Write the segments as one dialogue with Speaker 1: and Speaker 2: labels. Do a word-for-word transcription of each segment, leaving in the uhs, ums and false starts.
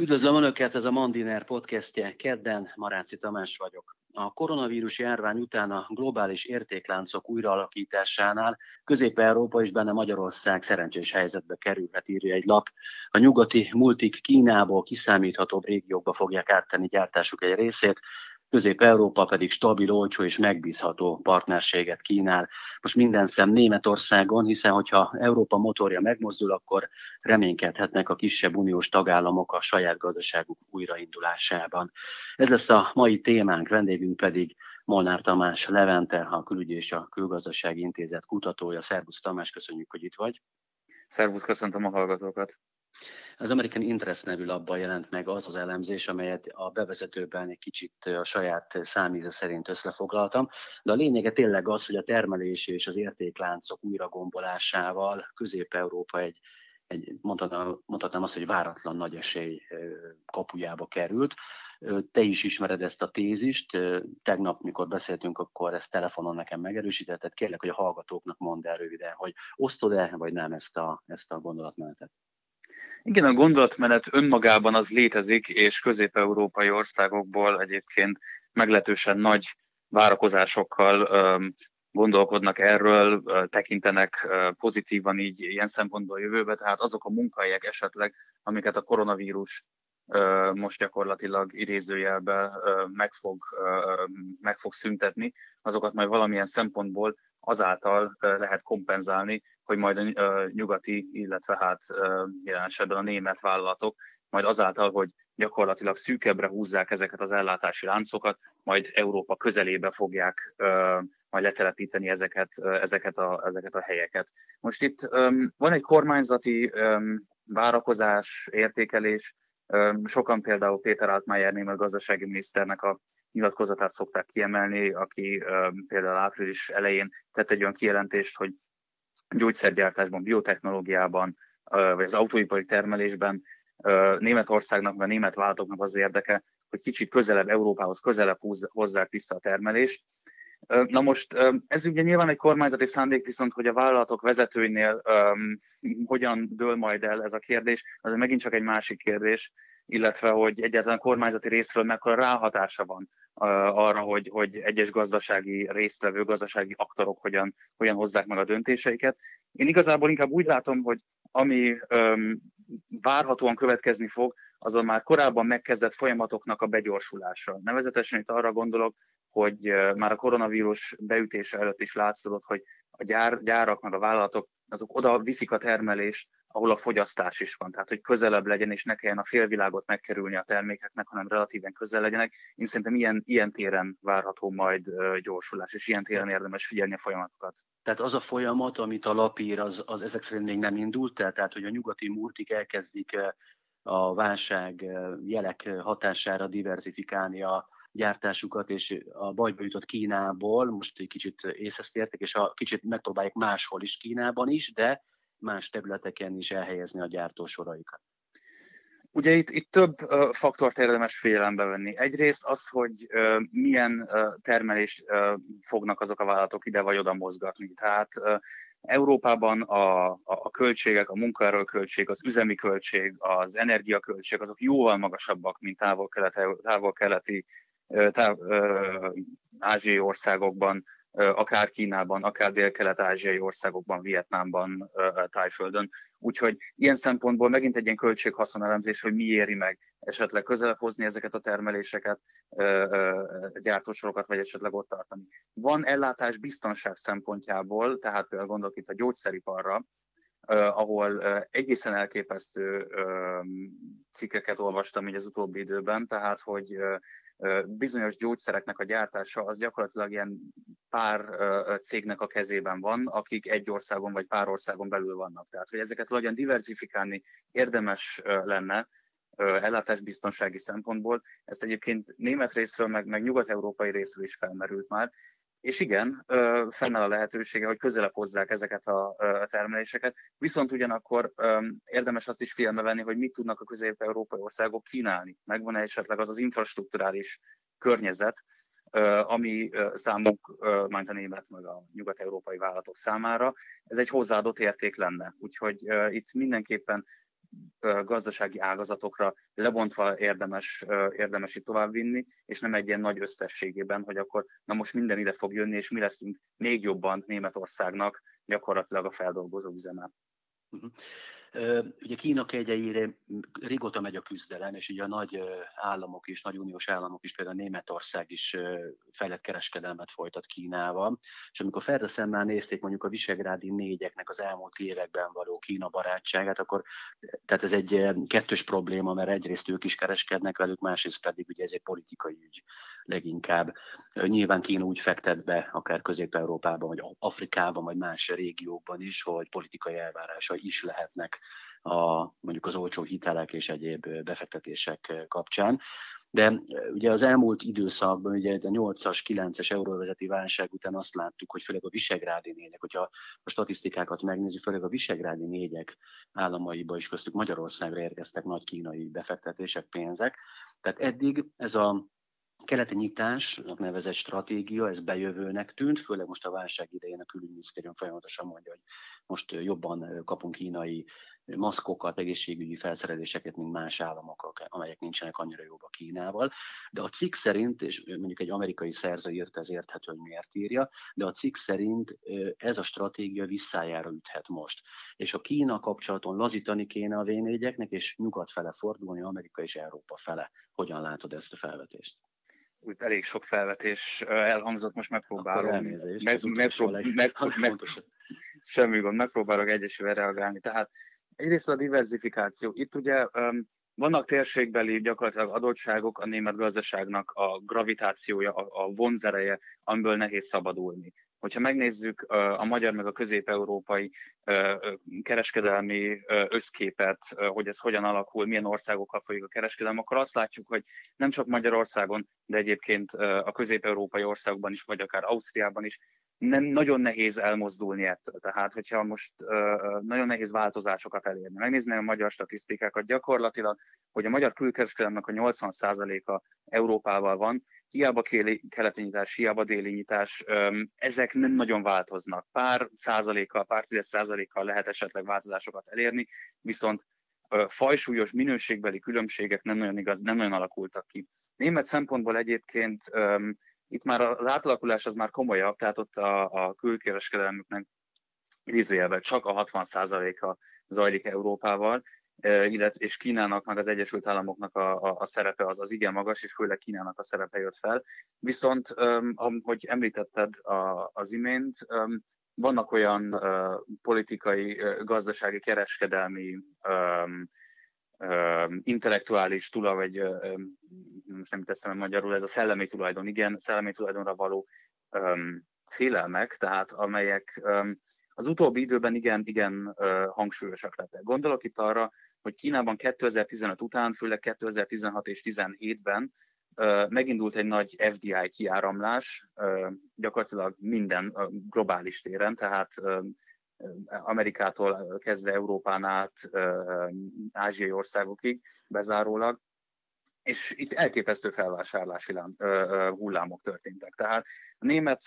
Speaker 1: Üdvözlöm Önöket, ez a Mandiner podcastje. Kedden Maráci Tamás vagyok. A koronavírus járvány után a globális értékláncok újraalakításánál Közép-Európa és benne Magyarország szerencsés helyzetbe kerülhet, írja egy lap. A nyugati multik Kínából kiszámíthatóbb régiókba fogják áttenni gyártásuk egy részét, Közép-Európa pedig stabil, olcsó és megbízható partnerséget kínál. Most minden szem Németországon, hiszen hogyha Európa motorja megmozdul, akkor reménykedhetnek a kisebb uniós tagállamok a saját gazdaságuk újraindulásában. Ez lesz a mai témánk, vendégünk pedig Molnár Tamás Levente, a Külügyi és a Külgazdasági Intézet kutatója. Szervusz Tamás, köszönjük, hogy itt vagy.
Speaker 2: Szervusz, köszöntöm a hallgatókat.
Speaker 1: Az American Interest nevű labban jelent meg az az elemzés, amelyet a bevezetőben egy kicsit a saját számíze szerint összefoglaltam, de a lényege tényleg az, hogy a termelés és az értékláncok újragombolásával Közép-Európa egy, egy mondhatnám, mondhatnám azt, hogy váratlan nagy esély kapujába került. Te is ismered ezt a tézist, tegnap, mikor beszéltünk, akkor ezt telefonon nekem megerősítetted. Kérlek, hogy a hallgatóknak mondd el röviden, hogy osztod-e, vagy nem ezt a, ezt a gondolatmenetet.
Speaker 2: Igen, a gondolatmenet önmagában az létezik, és közép-európai országokból egyébként meglehetősen nagy várakozásokkal um, gondolkodnak erről, uh, tekintenek uh, pozitívan így ilyen szempontból a jövőbe, tehát azok a munkahelyek esetleg, amiket a koronavírus uh, most gyakorlatilag idézőjelben uh, meg, fog, uh, meg fog szüntetni, azokat majd valamilyen szempontból azáltal lehet kompenzálni, hogy majd a nyugati, illetve hát jelen esetben a német vállalatok majd azáltal, hogy gyakorlatilag szűkebbre húzzák ezeket az ellátási láncokat, majd Európa közelébe fogják majd letelepíteni ezeket, ezeket, a, ezeket a helyeket. Most itt van egy kormányzati várakozás, értékelés, sokan például Péter Altmaier német gazdasági miniszternek a nyilatkozatát szokták kiemelni, aki uh, például április elején tett egy olyan kijelentést, hogy gyógyszergyártásban, biotechnológiában, uh, vagy az autóipari termelésben uh, Németországnak, vagy a német vállalatoknak az érdeke, hogy kicsit közelebb Európához, közelebb húz, hozzák vissza a termelést. Uh, na most uh, ez ugye nyilván egy kormányzati szándék, viszont hogy a vállalatok vezetőinél um, hogyan dől majd el ez a kérdés, az megint csak egy másik kérdés, illetve hogy egyáltalán kormányzati részről mekkora ráhatása van arra, hogy, hogy egyes gazdasági résztvevő, gazdasági aktorok hogyan, hogyan hozzák meg a döntéseiket. Én igazából inkább úgy látom, hogy ami um, várhatóan következni fog, azon már korábban megkezdett folyamatoknak a begyorsulása. Nevezetesen itt arra gondolok, hogy uh, már a koronavírus beütése előtt is látszott, hogy a gyár, gyárak meg a vállalatok azok oda viszik a termelést, ahol a fogyasztás is van, tehát hogy közelebb legyen, és ne kelljen a félvilágot megkerülni a termékeknek, hanem relatíven közel legyenek. Én szerintem ilyen, ilyen téren várható majd uh, gyorsulás, és ilyen téren érdemes figyelni a folyamatokat.
Speaker 1: Tehát az a folyamat, amit a lap ír, az, az ezek szerint még nem indult el? Tehát, hogy a nyugati multik elkezdik a válság jelek hatására diverzifikálni a gyártásukat, és a bajba jutott Kínából most egy kicsit észhez tértek, és a kicsit megpróbálják máshol is, Kínában is, de más területeken is elhelyezni a gyártósoraikat.
Speaker 2: Ugye itt, itt több uh, faktort érdemes figyelembe venni. Egyrészt az, hogy uh, milyen uh, termelést uh, fognak azok a vállalatok ide vagy oda mozgatni. Tehát uh, Európában a, a, a költségek, a munkaerőköltség, az üzemi költség, az energiaköltség, azok jóval magasabbak, mint távol-keleti, távol-keleti táv, uh, ázsiai országokban, akár Kínában, akár dél-kelet-ázsiai országokban, Vietnámban, Tájföldön. Úgyhogy ilyen szempontból megint egy ilyen költség-haszonelemzés, hogy mi éri meg esetleg közelebb hozni ezeket a termeléseket, gyártósorokat, vagy esetleg ott tartani. Van ellátás biztonság szempontjából, tehát például gondolok itt a gyógyszeriparra, ahol egészen elképesztő cikkeket olvastam így az utóbbi időben, tehát hogy bizonyos gyógyszereknek a gyártása az gyakorlatilag ilyen pár cégnek a kezében van, akik egy országon vagy pár országon belül vannak. Tehát, hogy ezeket valahogyan diversifikálni érdemes lenne ellátásbiztonsági szempontból. Ezt egyébként német részről, meg, meg nyugat-európai részről is felmerült már. És igen, fennáll a lehetősége, hogy közelebb hozzák ezeket a termeléseket, viszont ugyanakkor érdemes azt is figyelme venni, hogy mit tudnak a közép-európai országok kínálni. Megvan-e esetleg az az infrastrukturális környezet, ami számuk, majd a német, meg a nyugat-európai vállalatok számára, ez egy hozzáadott érték lenne. Úgyhogy itt mindenképpen gazdasági ágazatokra lebontva érdemes, érdemes itt továbbvinni, és nem egy ilyen nagy összességében, hogy akkor na most minden ide fog jönni, és mi leszünk még jobban Németországnak gyakorlatilag a feldolgozó üzeme.
Speaker 1: Uh-huh. Ugye Kína kegyeire régóta megy a küzdelem, és ugye a nagy államok is, nagy uniós államok is, például Németország is fejlett kereskedelmet folytat Kínával, és amikor felre szemmel nézték mondjuk a visegrádi négyeknek az elmúlt években való Kína barátságát, akkor tehát ez egy kettős probléma, mert egyrészt ők is kereskednek velük, másrészt pedig ugye ez egy politikai ügy leginkább. Nyilván Kína úgy fektet be, akár Közép-Európában, vagy Afrikában, vagy más régiókban is, hogy politikai elvárásai is lehetnek a, mondjuk az olcsó hitelek és egyéb befektetések kapcsán. De ugye az elmúlt időszakban, ugye a nyolcas, kilences euróvezeti válság után azt láttuk, hogy főleg a visegrádi négyek, hogyha a statisztikákat megnézzük, főleg a visegrádi négyek államaiba is, köztük Magyarországra érkeztek nagy kínai befektetések, pénzek. Tehát eddig ez a keleti nyitásnak nevezett stratégia, ez bejövőnek tűnt, főleg most a válság idején a külügyminisztérium folyamatosan mondja, hogy most jobban kapunk kínai maszkokat, egészségügyi felszereléseket, mint más államok, amelyek nincsenek annyira jóba Kínával. De a cikk szerint, és mondjuk egy amerikai szerző írta, ez érthető, hogy miért írja, de a cikk szerint ez a stratégia visszájára üthet most. És a Kína kapcsolaton lazítani kéne a vé négyeknek, és nyugat fele fordulni, Amerika és Európa fele. Hogyan látod ezt a felvetést?
Speaker 2: Úgy elég sok felvetés elhangzott, most megpróbálom.
Speaker 1: Elnézést,
Speaker 2: meg, megprób- meg, meg, meg, semmi gond, megpróbálok egyesével reagálni. Tehát egyrészt a diversifikáció. Itt ugye um, vannak térségbeli gyakorlatilag adottságok, a német gazdaságnak a gravitációja, a, a vonzereje, amiből nehéz szabadulni. Hogyha megnézzük a magyar meg a közép-európai kereskedelmi összképet, hogy ez hogyan alakul, milyen országokkal folyik a kereskedelem, akkor azt látjuk, hogy nem csak Magyarországon, de egyébként a közép-európai országokban is, vagy akár Ausztriában is nem, nagyon nehéz elmozdulni ettől. Tehát, hogyha most uh, nagyon nehéz változásokat elérni. Megnézni a magyar statisztikákat, gyakorlatilag, hogy a magyar külkereskedelemnek a nyolcvan százaléka Európával van, hiába keleti nyitás, hiába déli nyitás, um, ezek nem nagyon változnak. Pár százalékkal, pár tízes százalékkal lehet esetleg változásokat elérni, viszont uh, fajsúlyos minőségbeli különbségek nem nagyon igaz, nem nagyon alakultak ki. Német szempontból egyébként um, itt már az átalakulás az már komolyabb, tehát ott a, a külkereskedelmüknek idézőjelben csak a hatvan százaléka zajlik Európával, illetve és Kínának, meg az Egyesült Államoknak a, a, a szerepe az, az igen magas, és főleg Kínának a szerepe jött fel. Viszont, ahogy említetted az imént, vannak olyan uh, politikai, uh, gazdasági, kereskedelmi um, Uh, intellektuális tula, vagy uh, most nem teszem magyarul, ez a szellemi tulajdon, igen, szellemi tulajdonra való um, félelmek, tehát amelyek um, az utóbbi időben igen, igen uh, hangsúlyosak lettek. Gondolok itt arra, hogy Kínában kétezer-tizenöt után, főleg kétezer-tizenhat és tizenhétben uh, megindult egy nagy ef dé i kiáramlás, uh, gyakorlatilag minden uh, globális téren, tehát uh, Amerikától kezdve Európán át, ázsiai országokig bezárólag, és itt elképesztő felvásárlási hullámok történtek. Tehát a német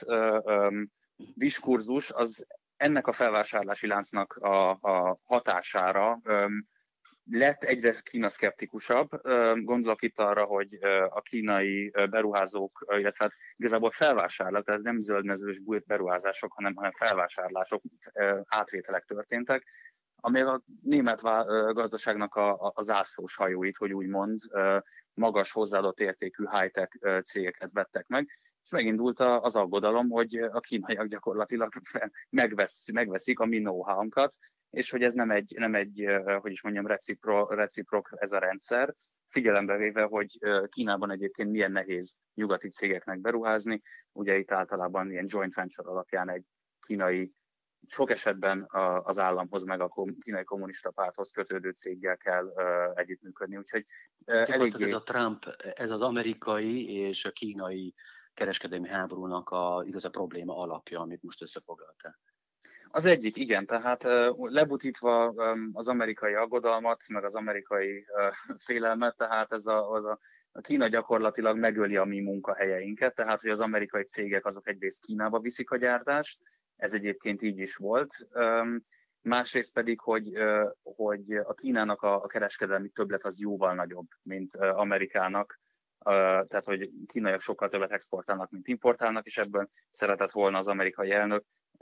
Speaker 2: diskurzus az ennek a felvásárlási láncnak a, a hatására lett egyre Kína szkeptikusabb. Gondolok itt arra, hogy a kínai beruházók, illetve hát igazából felvásárlók, tehát nem zöldmezős beruházások, hanem, hanem felvásárlások, átvételek történtek, ami a német gazdaságnak a, a, a zászlós hajóit, hogy úgy mond, magas hozzáadott értékű high-tech cégeket vettek meg, és megindult az aggodalom, hogy a kínaiak gyakorlatilag megvesz, megveszik a mi know-how-unkat, és hogy ez nem egy, nem egy hogy is mondjam, recipro, reciprok ez a rendszer, figyelembe véve, hogy Kínában egyébként milyen nehéz nyugati cégeknek beruházni, ugye itt általában ilyen joint venture alapján egy kínai, sok esetben az államhoz, meg a kínai kommunista párthoz kötődő céggel kell együttműködni, úgyhogy
Speaker 1: eléggé... Ez a Trump, ez az amerikai és a kínai kereskedelmi háborúnak a igaz probléma alapja, amit most összefoglaltál.
Speaker 2: Az egyik, igen, tehát uh, lebutítva um, az amerikai aggodalmat, meg az amerikai uh, félelmet, tehát ez a, az a, a Kína gyakorlatilag megöli a mi munkahelyeinket, tehát hogy az amerikai cégek azok egyrészt Kínába viszik a gyártást, ez egyébként így is volt, um, másrészt pedig, hogy, uh, hogy a Kínának a, a kereskedelmi többlet az jóval nagyobb, mint Amerikának. Tehát, hogy kínaiak sokkal többet exportálnak, mint importálnak, és ebből szeretett volna az amerikai elnök,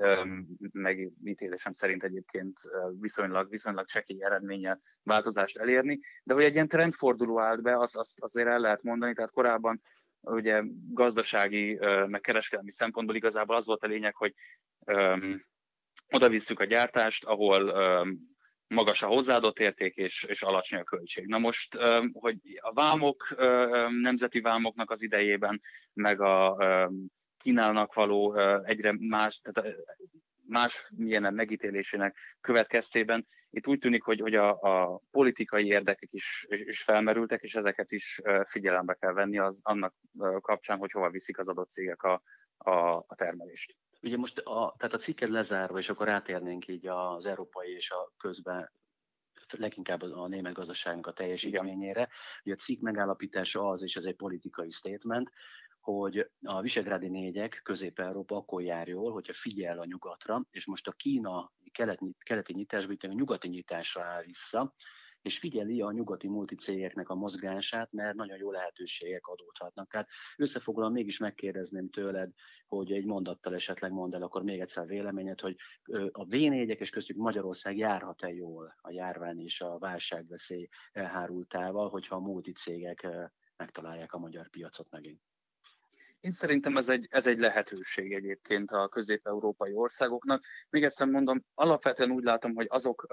Speaker 2: megítélésem szerint egyébként viszonylag, viszonylag csekély eredménnyel változást elérni, de hogy egy ilyen trendforduló állt be, azt az, azért el lehet mondani, tehát korábban ugye gazdasági, meg kereskedelmi szempontból igazából az volt a lényeg, hogy um, oda visszük a gyártást, ahol um, magas a hozzáadott érték és, és alacsony a költség. Na most, um, hogy a vámok, um, nemzeti vámoknak az idejében, meg a um, Kínának való uh, egyre más, tehát uh, más milyen megítélésének következtében, itt úgy tűnik, hogy, hogy a, a politikai érdekek is, is felmerültek, és ezeket is uh, figyelembe kell venni az, annak uh, kapcsán, hogy hova viszik az adott cégek a, a, a termelést.
Speaker 1: Ugye most a, tehát a cikket lezárva, és akkor átérnénk így az európai és a közben leginkább a német gazdaságnak a teljesítményére. Ugye a cikk megállapítása az, és ez egy politikai statement, hogy a visegrádi négyek, Közép-Európa akkor jár jól, hogyha figyel a nyugatra, és most a Kína keleti, keleti nyitásban a nyugati nyitásra áll vissza, és figyeli a nyugati multicégeknek a mozgását, mert nagyon jó lehetőségek adódhatnak. Tehát összefoglalom, mégis megkérdezném tőled, hogy egy mondattal esetleg mondd el akkor még egyszer véleményed, hogy a vé négyek és köztük Magyarország járhat-e jól a járvány és a válságveszély elhárultával, hogyha a multicégek megtalálják a magyar piacot megint.
Speaker 2: Én szerintem ez egy, ez egy lehetőség egyébként a közép-európai országoknak. Még egyszer mondom, alapvetően úgy látom, hogy azok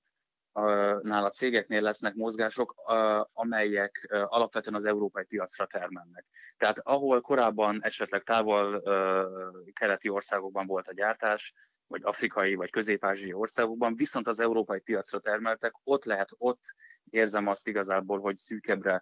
Speaker 2: nál a cégeknél lesznek mozgások, amelyek alapvetően az európai piacra termelnek. Tehát ahol korábban esetleg távol keleti országokban volt a gyártás, vagy afrikai, vagy közép-ázsiai országokban, viszont az európai piacra termeltek, ott lehet, ott érzem azt igazából, hogy szűkebbre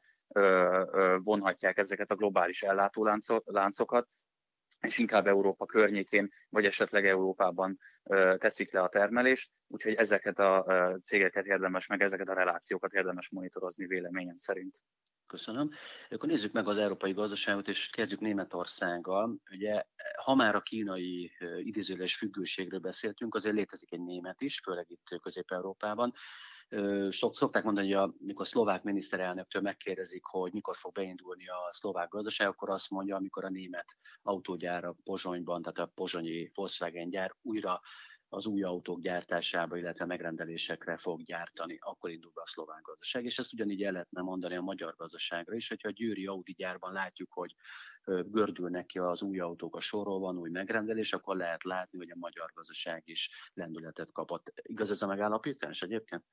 Speaker 2: vonhatják ezeket a globális ellátóláncokat, és inkább Európa környékén, vagy esetleg Európában teszik le a termelést, úgyhogy ezeket a cégeket érdemes, meg ezeket a relációkat érdemes monitorozni véleményem szerint.
Speaker 1: Köszönöm. Akkor nézzük meg az európai gazdaságot, és kezdjük Németországgal. Ugye, ha már a kínai idézőjeles függőségről beszéltünk, azért létezik egy német is, főleg itt Közép-Európában. Sok, szokták mondani, hogy amikor a szlovák miniszterelnöktől megkérdezik, hogy mikor fog beindulni a szlovák gazdaság, akkor azt mondja, amikor a német autógyár a Pozsonyban, tehát a pozsonyi Volkswagen gyár újra az új autók gyártásába, illetve megrendelésekre fog gyártani, akkor indul be a szlovák gazdaság. És ezt ugyanígy el lehetne mondani a magyar gazdaságra is, hogyha a győri Audi gyárban látjuk, hogy gördülnek ki az új autók a sorról, van új megrendelés, akkor lehet látni, hogy a magyar gazdaság is lendületet kapott. Igaz ez a megállapítás egyébként?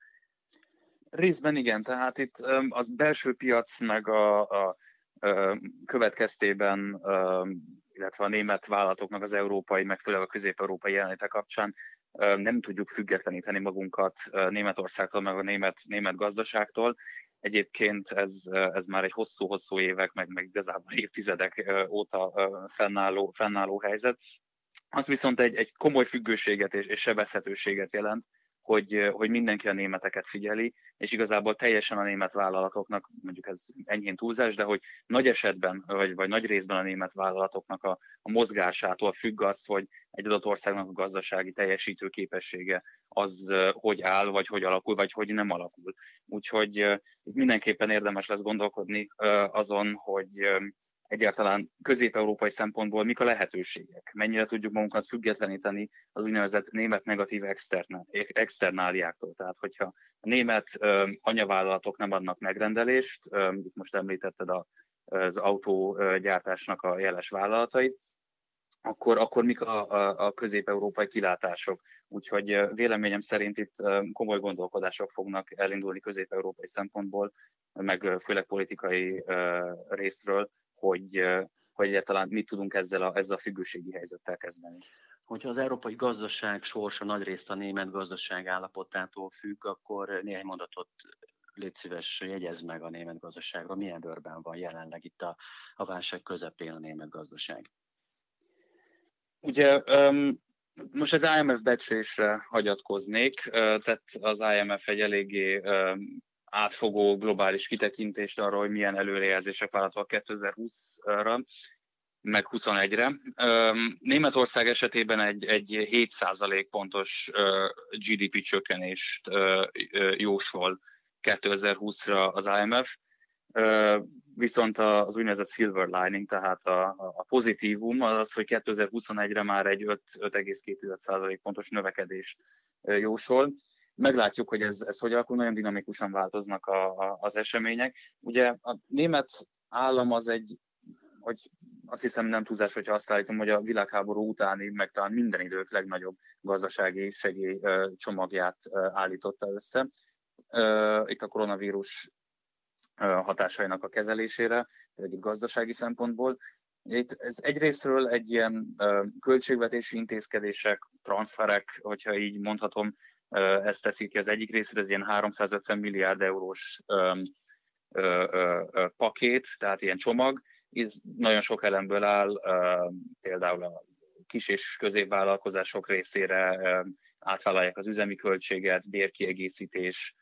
Speaker 2: Részben igen, tehát itt az belső piac meg a, a, a következtében, illetve a német vállalatoknak az európai, meg főleg a közép-európai jelenléte kapcsán nem tudjuk függetleníteni magunkat Németországtól, meg a német, német gazdaságtól. Egyébként ez, ez már egy hosszú-hosszú évek, meg, meg igazából évtizedek óta fennálló, fennálló helyzet. Az viszont egy, egy komoly függőséget és, és sebezhetőséget jelent, hogy, hogy mindenki a németeket figyeli, és igazából teljesen a német vállalatoknak, mondjuk ez enyhén túlzás, de hogy nagy esetben, vagy, vagy nagy részben a német vállalatoknak a, a mozgásától függ az, hogy egy adott országnak a gazdasági teljesítő képessége az hogy áll, vagy hogy alakul, vagy hogy nem alakul. Úgyhogy itt mindenképpen érdemes lesz gondolkodni azon, hogy egyáltalán közép-európai szempontból mik a lehetőségek, mennyire tudjuk magunkat függetleníteni az úgynevezett német negatív externáliáktól. Tehát, hogyha a német uh, anyavállalatok nem adnak megrendelést, uh, itt most említetted a, az autógyártásnak a jeles vállalatait, akkor, akkor mik a, a, a közép-európai kilátások. Úgyhogy uh, véleményem szerint itt uh, komoly gondolkodások fognak elindulni közép-európai szempontból, meg uh, főleg politikai uh, részről, hogy, hogy egyáltalán mit tudunk ezzel a, ezzel a függőségi helyzettel kezdeni.
Speaker 1: Hogyha az európai gazdaság sorsa nagyrészt a német gazdaság állapotától függ, akkor néhány mondatot légy szíves, jegyezd meg a német gazdaságra. Milyen bőrben van jelenleg itt a, a válság közepén a német gazdaság?
Speaker 2: Ugye um, most az I M F becslésre hagyatkoznék, tehát az I M F egy eléggé um, átfogó globális kitekintést arra, hogy milyen előrejelzések várhatóak kétezer-húszra. meg huszonegyre. Németország esetében egy, egy hét százalék pontos gé dé pé csökkenést jósol kétezer-húszra az i em ef, viszont az úgynevezett silver lining, tehát a, a pozitívum az az, hogy kétezer-huszonegyre már egy öt egész két százalék pontos növekedést jósol. Meglátjuk, hogy ez, ez hogy alakul, nagyon dinamikusan változnak a, a, az események. Ugye a német állam az egy, hogy azt hiszem nem túlzás, hogyha azt állítom, hogy a világháború utáni, meg talán minden idők legnagyobb gazdasági segélycsomagját állította össze. Itt a koronavírus hatásainak a kezelésére, egy gazdasági szempontból. Itt ez egyrésztről egy ilyen költségvetési intézkedések, transferek, hogyha így mondhatom, ezt teszik ki az egyik részről, ez ilyen háromszázötven milliárd eurós pakét, tehát ilyen csomag. Ez nagyon sok elemből áll, például a kis és középvállalkozások részére átvállalják az üzemi költséget, bérkiegészítés,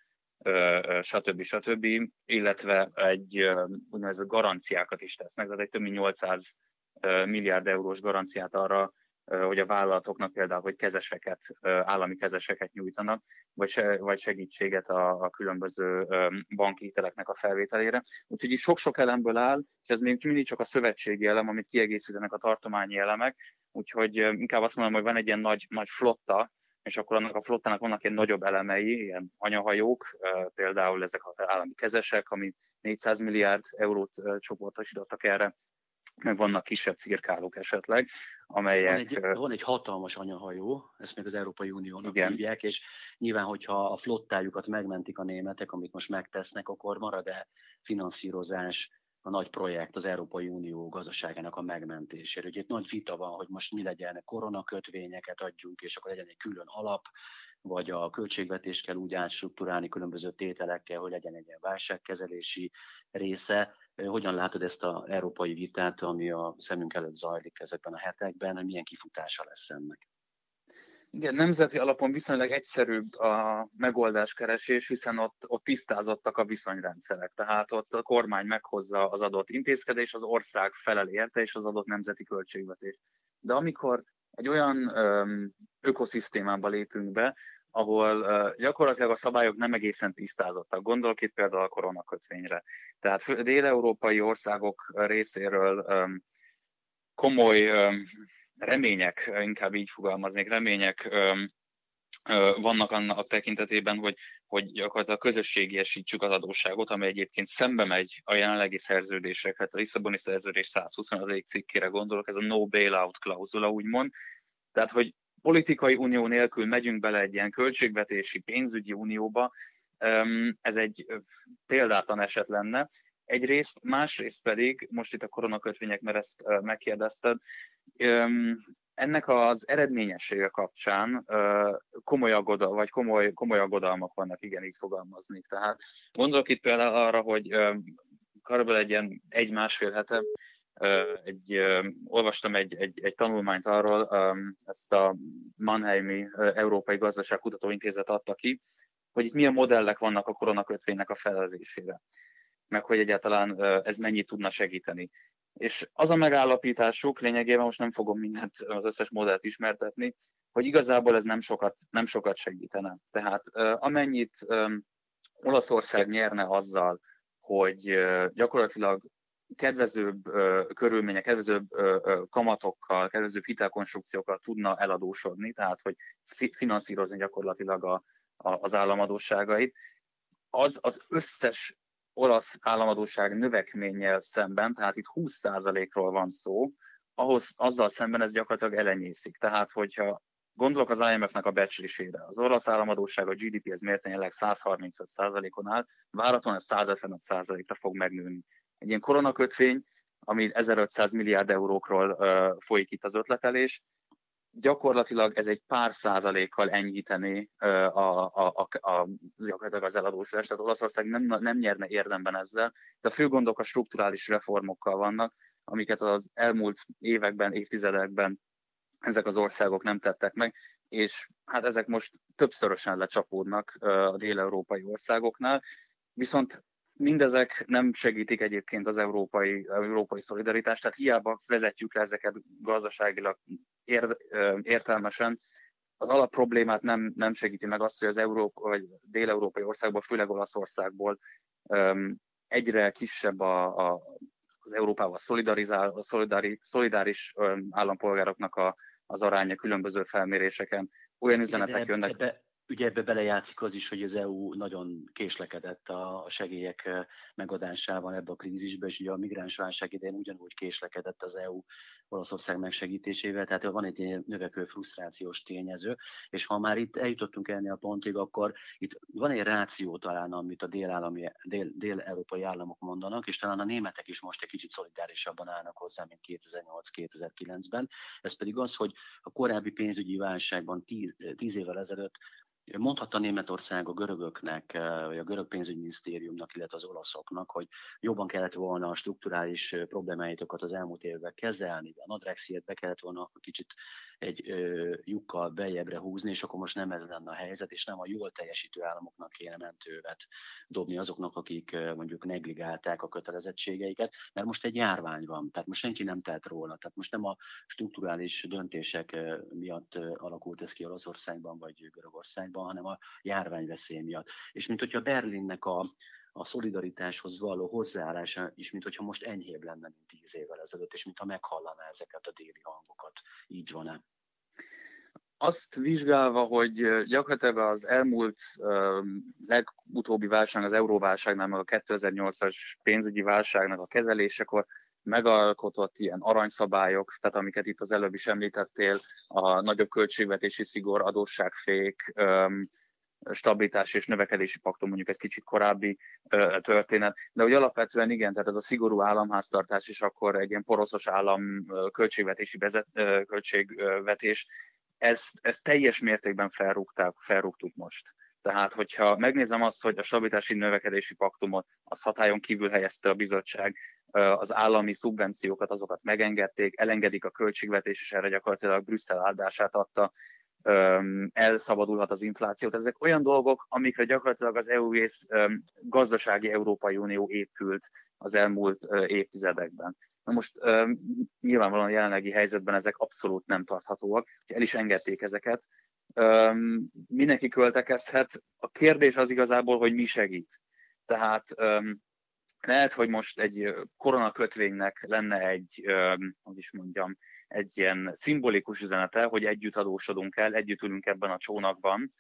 Speaker 2: stb. stb. Illetve egy úgynevezett garanciákat is tesznek, tehát egy több mint nyolcszáz milliárd eurós garanciát arra, hogy a vállalatoknak például, hogy kezeseket, állami kezeseket nyújtanak, vagy segítséget a, a különböző banki hiteleknek a felvételére. Úgyhogy így sok-sok elemből áll, és ez még mindig csak a szövetségi elem, amit kiegészítenek a tartományi elemek. Úgyhogy inkább azt mondom, hogy van egy ilyen nagy, nagy flotta, és akkor annak a flottának vannak ilyen nagyobb elemei, ilyen anyahajók, például ezek az állami kezesek, ami négyszáz milliárd eurót csoportosítottak erre, meg vannak kisebb cirkálók esetleg, amelyek...
Speaker 1: Van egy, van egy hatalmas anyahajó, ezt még az Európai Uniónak
Speaker 2: igen.
Speaker 1: hívják, és nyilván, hogyha a flottájukat megmentik a németek, amit most megtesznek, akkor marad-e finanszírozás, a nagy projekt az Európai Unió gazdaságának a megmentésére. Ugye itt nagy vita van, hogy most mi legyen, koronakötvényeket adjunk, és akkor legyen egy külön alap, vagy a költségvetést kell úgy átstruktúrálni különböző tételekkel, hogy legyen egy ilyen válságkezelési része. Hogyan látod ezt az európai vitát, ami a szemünk előtt zajlik ezekben a hetekben, hogy milyen kifutása lesz ennek?
Speaker 2: Igen, nemzeti alapon viszonylag egyszerűbb a megoldáskeresés, hiszen ott, ott tisztázottak a viszonyrendszerek. Tehát ott a kormány meghozza az adott intézkedést, az ország felel érte, és az adott nemzeti költségvetés. De amikor egy olyan öm, ökoszisztémába lépünk be, ahol uh, gyakorlatilag a szabályok nem egészen tisztázottak. Gondolok itt például a koronakötvényre. Tehát dél-európai országok részéről um, komoly um, remények, inkább így fogalmaznék, remények um, uh, vannak annak tekintetében, hogy, hogy gyakorlatilag közösségiesítsük az adósságot, ami egyébként szembe megy a jelenlegi szerződéseket. A Lisszaboni szerződés százhuszonötödik cikkére gondolok, ez a no bailout klauzula úgymond. Tehát, hogy politikai unió nélkül megyünk bele egy ilyen költségvetési, pénzügyi unióba, ez egy példátlan eset lenne. Egyrészt, másrészt pedig, most itt a koronakötvények, mert ezt megkérdezted, ennek az eredményessége kapcsán komoly aggodalmak, vagy komoly, komoly aggodalmak vannak, igen, így fogalmaznék. Tehát gondolok itt például arra, hogy körülbelül egy ilyen egy-másfél hete Egy, olvastam egy, egy, egy tanulmányt arról, ezt a Mannheimi Európai Gazdaságkutató Intézet adta ki, hogy itt milyen modellek vannak a koronakötvénynek a felezésére, meg hogy egyáltalán ez mennyit tudna segíteni. És az a megállapításuk, lényegében most nem fogom mindent, az összes modellt ismertetni, hogy igazából ez nem sokat, nem sokat segítene. Tehát amennyit Olaszország nyerne azzal, hogy gyakorlatilag kedvezőbb uh, körülmények, kedvezőbb uh, kamatokkal, kedvezőbb hitelkonstrukciókkal tudna eladósodni, tehát hogy fi- finanszírozni gyakorlatilag a, a, az államadósságait, az az összes olasz államadósság növekménnyel szemben, tehát itt húsz százalékról van szó, ahhoz, azzal szemben ez gyakorlatilag elenyészik. Tehát, hogyha gondolok az i em ef-nek a becslésére, az olasz államadósság a gé dé pé-hez mérten jelenleg száz harmincöt százalékon áll, várhatóan ez száz ötvenöt százalékra fog megnőni. Egy ilyen koronakötvény, ami ezerötszáz milliárd eurókról uh, folyik itt az ötletelés, gyakorlatilag ez egy pár százalékkal enyhítené uh, a, a, a, a, az eladósodást, tehát Olaszország nem, nem nyerne érdemben ezzel, de a fő gondok a strukturális reformokkal vannak, amiket az elmúlt években, évtizedekben ezek az országok nem tettek meg, és hát ezek most többszörösen lecsapódnak uh, a dél-európai országoknál, viszont Mindezek nem segítik egyébként az európai, európai szolidaritást, tehát hiába vezetjük le ezeket gazdaságilag ér, értelmesen, az alapproblémát nem, nem segíti meg azt, hogy az Európa, vagy dél-európai országból, főleg Olaszországból um, egyre kisebb a, a, az Európával szolidarizál, a szolidári, szolidáris um, állampolgároknak a, az aránya különböző felméréseken. Olyan üzenetek jönnek.
Speaker 1: Ebbe, ugye ebbe belejátszik az is, hogy az é u nagyon késlekedett a segélyek megadásával ebbe a krízisbe, és ugye a migránsválság idején ugyanúgy késlekedett az é u Olaszország megsegítésével, tehát van egy növekvő frusztrációs tényező, és ha már itt eljutottunk ennél a pontig, akkor itt van egy ráció talán, amit a dél-állami, dél, dél-európai államok mondanak, és talán a németek is most egy kicsit szolidárisabban állnak hozzá, mint kétezer-nyolc-kétezer-kilencben. Ez pedig az, hogy a korábbi pénzügyi válságban tíz, tíz évvel ezelőtt mondhatta Németország a görögöknek, vagy a görög pénzügyminisztériumnak, illetve az olaszoknak, hogy jobban kellett volna a strukturális problémáitokat az elmúlt években kezelni, a nadrágsziget be kellett volna kicsit egy ö, lyukkal beljebbre húzni, és akkor most nem ez lenne a helyzet, és nem a jól teljesítő államoknak kéne mentővet dobni azoknak, akik mondjuk negligálták a kötelezettségeiket, mert most egy járvány van, tehát most senki nem telt róla, tehát most nem a strukturális döntések miatt alakult ez ki Olaszországban vagy Görögországban, hanem a járványveszély miatt. És mint hogyha Berlinnek a, a szolidaritáshoz való hozzáállása is, mint hogyha most enyhébb lenne, mint tíz évvel ezelőtt, és mintha meghallaná ezeket a déli hangokat. Így van-e?
Speaker 2: Azt vizsgálva, hogy gyakorlatilag az elmúlt uh, legutóbbi válság, az euróválságnál, meg a kétezer-nyolcas pénzügyi válságnak a kezelésekor megalkotott ilyen aranyszabályok, tehát amiket itt az előbb is említettél, a nagyobb költségvetési szigor, adósságfék, um, stabilitási és növekedési paktum, mondjuk ez kicsit korábbi uh, történet, de hogy alapvetően igen, tehát ez a szigorú államháztartás is akkor egy ilyen poroszos állam uh, költségvetési vezet, uh, költségvetés, ezt, ezt teljes mértékben felrúgták, felrúgtuk most. Tehát, hogyha megnézem azt, hogy a stabilitási növekedési paktumot az hatályon kívül helyezte a bizottság, az állami szubvenciókat, azokat megengedték, elengedik a költségvetés, és erre gyakorlatilag Brüsszel áldását adta, elszabadulhat az infláció. Tehát ezek olyan dolgok, amikre gyakorlatilag az é u és gazdasági Európai Unió épült az elmúlt évtizedekben. Na most nyilvánvalóan a jelenlegi helyzetben ezek abszolút nem tarthatóak, el is engedték ezeket. Mindenki költekezhet. A kérdés az igazából, hogy mi segít. Tehát lehet, hogy most egy koronakötvénynek lenne egy, hogy is mondjam, egy ilyen szimbolikus üzenete, hogy együtt adósodunk el, együtt ülünk ebben a csónakban.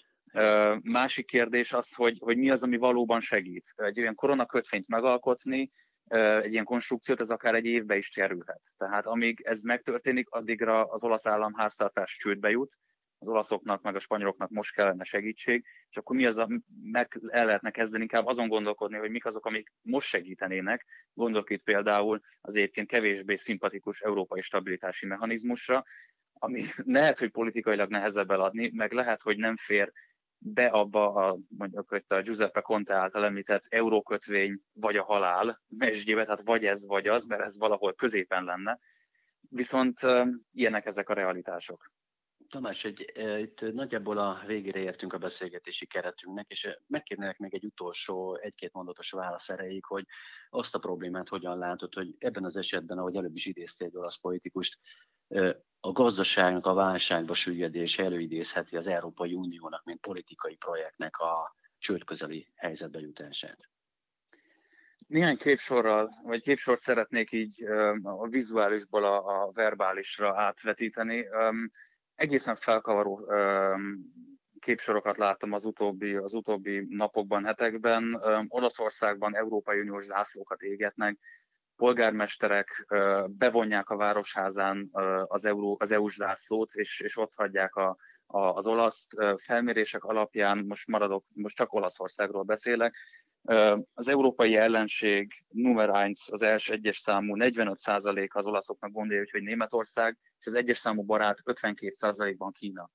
Speaker 2: Másik kérdés az, hogy, hogy mi az, ami valóban segít. Egy olyan koronakötvényt megalkotni, egy ilyen konstrukciót, ez akár egy évbe is kerülhet. Tehát amíg ez megtörténik, addigra az olasz államháztartás csődbe jut, az olaszoknak, meg a spanyoloknak most kellene segítség, és akkor mi az, a, meg el lehetne kezdeni inkább azon gondolkodni, hogy mik azok, amik most segítenének. Gondolok itt például az egyébként kevésbé szimpatikus európai stabilitási mechanizmusra, ami lehet, hogy politikailag nehezebb eladni, meg lehet, hogy nem fér be abba a, mondjuk, hogy a Giuseppe Conte által említett eurókötvény vagy a halál mesdjébe, tehát vagy ez, vagy az, mert ez valahol középen lenne. Viszont uh, ilyenek ezek a realitások.
Speaker 1: Tamás, egy, itt nagyjából a végére értünk a beszélgetési keretünknek, és megkérnélek még egy utolsó, egy-két mondatos válasz erejéig, hogy azt a problémát hogyan látod, hogy ebben az esetben, ahogy előbb is idéztél egy olasz politikust, a gazdaságnak a válságba süllyedése előidézheti az Európai Uniónak, mint politikai projektnek a csődközeli helyzetbe jutását.
Speaker 2: Néhány képsorral, vagy képsort szeretnék így a vizuálisból a, a verbálisra átvetíteni. Egészen felkavaró képsorokat láttam az utóbbi, az utóbbi napokban, hetekben. Olaszországban Európai Uniós zászlókat égetnek, polgármesterek bevonják a városházán az, Euró, az é u-s zászlót, és, és ott hagyják a, a, az olasz felmérések alapján, most maradok, most csak Olaszországról beszélek. Az európai ellenség numer eins, az első egyes számú negyvenöt százalék az olaszoknak gondolja, hogy Németország, és az egyes számú barát ötvenkét százalékban Kína.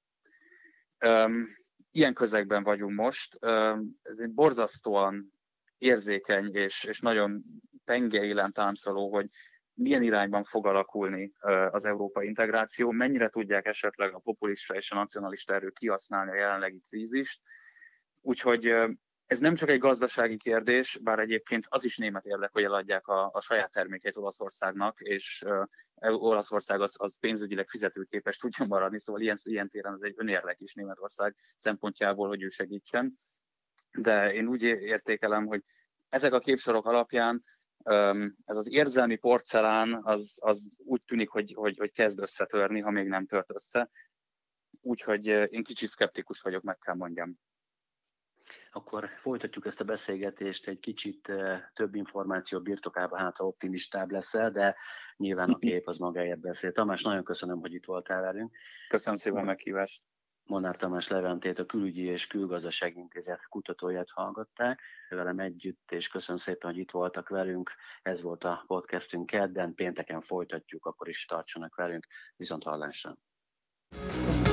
Speaker 2: Ilyen közegben vagyunk most. Ez egy borzasztóan érzékeny és, és nagyon pengeélen táncoló, hogy milyen irányban fog alakulni az európai integráció, mennyire tudják esetleg a populista és a nacionalista erők kihasználni a jelenlegi krízist. Úgyhogy Ez nem csak egy gazdasági kérdés, bár egyébként az is német érdek, hogy eladják a, a saját termékeit Olaszországnak, és uh, Olaszország az, az pénzügyileg fizetőképes tudjon maradni, szóval ilyen, ilyen téren ez egy önérdek is Németország szempontjából, hogy ő segítsen. De én úgy értékelem, hogy ezek a képsorok alapján um, ez az érzelmi porcelán az, az úgy tűnik, hogy, hogy, hogy kezd összetörni, ha még nem tört össze. Úgyhogy én kicsit szkeptikus vagyok, meg kell mondjam.
Speaker 1: Akkor folytatjuk ezt a beszélgetést egy kicsit több információ birtokába, hát ha optimistább leszel, de nyilván a kép az magáért beszél. Tamás, nagyon köszönöm, hogy itt voltál velünk.
Speaker 2: Köszönöm szépen a meghívást.
Speaker 1: Molnár Tamás Leventét, a Külügyi és Külgazdasági Intézet kutatóját hallgatták velem együtt, és köszönöm szépen, hogy itt voltak velünk. Ez volt a podcastünk kedden, pénteken folytatjuk, akkor is tartsanak velünk. Viszont hallásra!